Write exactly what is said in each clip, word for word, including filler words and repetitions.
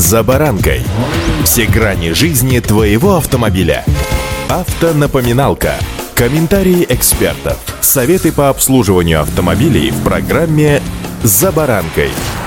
«За баранкой». Все грани жизни твоего автомобиля. Автонапоминалка. Комментарии экспертов. Советы по обслуживанию автомобилей в программе «За баранкой».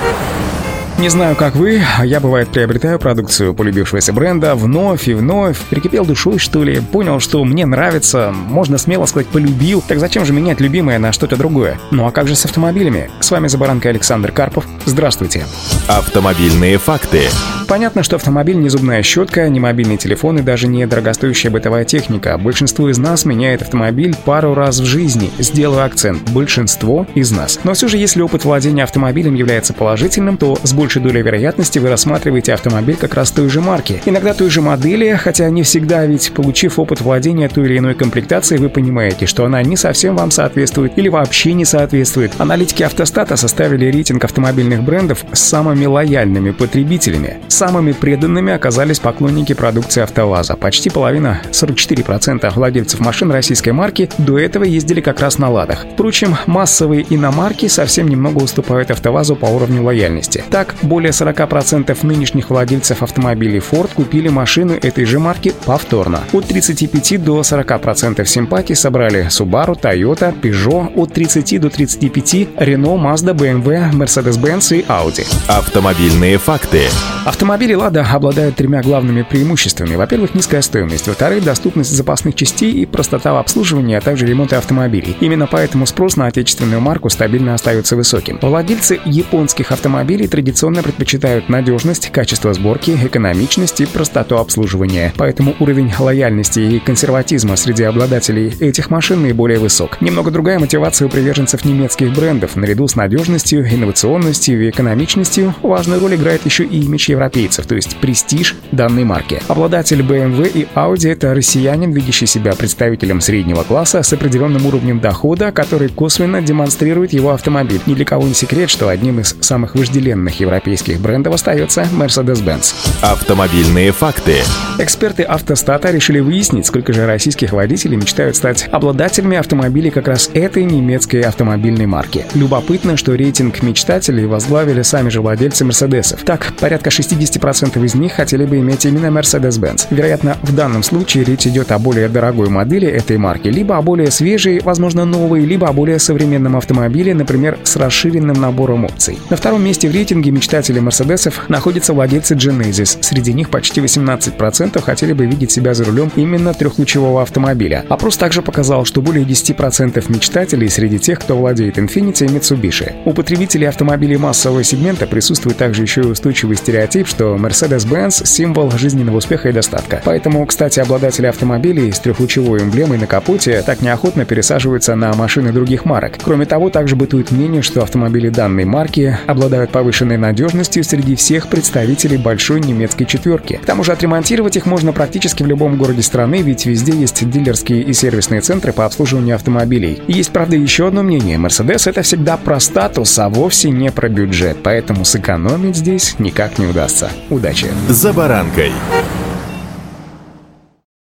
Не знаю, как вы, а я, бывает, приобретаю продукцию полюбившегося бренда вновь и вновь, прикипел душой, что ли, понял, что мне нравится, можно смело сказать, полюбил, так зачем же менять любимое на что-то другое? Ну а как же с автомобилями? С вами «За баранкой» Александр Карпов. Здравствуйте. Автомобильные факты. Понятно, что автомобиль не зубная щетка, не мобильный телефон и даже не дорогостоящая бытовая техника. Большинство из нас меняет автомобиль пару раз в жизни. Сделаю акцент: большинство из нас. Но все же, если опыт владения автомобилем является положительным, то с большей долей вероятности вы рассматриваете автомобиль как раз той же марки. Иногда той же модели, хотя не всегда, ведь получив опыт владения той или иной комплектацией, вы понимаете, что она не совсем вам соответствует или вообще не соответствует. Аналитики Автостата составили рейтинг автомобильных брендов с самыми лояльными потребителями. Самыми преданными оказались поклонники продукции АвтоВАЗа. Почти половина, сорок четыре процента владельцев машин российской марки до этого ездили как раз на «Ладах». Впрочем, массовые иномарки совсем немного уступают АвтоВАЗу по уровню лояльности. Так, более сорок процентов нынешних владельцев автомобилей Ford купили машину этой же марки повторно. От тридцати пяти до сорока процентов симпатий собрали Subaru, Toyota, Peugeot, от тридцати до тридцати пяти Renault, Mazda, бэ эм вэ, Mercedes-Benz и Audi. Автомобильные факты. Автомобили «Лада» обладают тремя главными преимуществами. Во-первых, низкая стоимость. Во-вторых, доступность запасных частей и простота в обслуживании, а также ремонта автомобилей. Именно поэтому спрос на отечественную марку стабильно остается высоким. Владельцы японских автомобилей традиционно предпочитают надежность, качество сборки, экономичность и простоту обслуживания. Поэтому уровень лояльности и консерватизма среди обладателей этих машин наиболее высок. Немного другая мотивация у приверженцев немецких брендов. Наряду с надежностью, инновационностью и экономичностью важную роль играет еще и имидж европейцев, то есть престиж данной марки. Обладатель бэ эм вэ и Audi — это россиянин, видящий себя представителем среднего класса с определенным уровнем дохода, который косвенно демонстрирует его автомобиль. Ни для кого не секрет, что одним из самых вожделенных европейских брендов остается Mercedes-Benz. Автомобильные факты. Эксперты Автостата решили выяснить, сколько же российских водителей мечтают стать обладателями автомобилей как раз этой немецкой автомобильной марки. Любопытно, что рейтинг мечтателей возглавили сами же владельцы Мерседесов. Так, порядка шестьдесят процентов из них хотели бы иметь именно Mercedes-Benz. Вероятно, в данном случае речь идет о более дорогой модели этой марки, либо о более свежей, возможно, новой, либо о более современном автомобиле, например, с расширенным набором опций. На втором месте в рейтинге мечтателей Мерседесов находятся владельцы Genesis. Среди них почти восемнадцать процентов хотели бы видеть себя за рулем именно трехлучевого автомобиля. Опрос также показал, что более десять процентов мечтателей среди тех, кто владеет Infiniti и Mitsubishi. У потребителей автомобилей массового сегмента присутствует также еще и устойчивый стереотип, что Mercedes-Benz — символ жизненного успеха и достатка. Поэтому, кстати, обладатели автомобилей с трехлучевой эмблемой на капоте так неохотно пересаживаются на машины других марок. Кроме того, также бытует мнение, что автомобили данной марки обладают повышенной надежностью среди всех представителей большой немецкой четверки. К тому же отремонтировать их можно практически в любом городе страны, ведь везде есть дилерские и сервисные центры по обслуживанию автомобилей. И есть, правда, еще одно мнение: Mercedes — это всегда про статус, а вовсе не про бюджет, поэтому сэкономить здесь никак не удастся. Удачи! «За баранкой».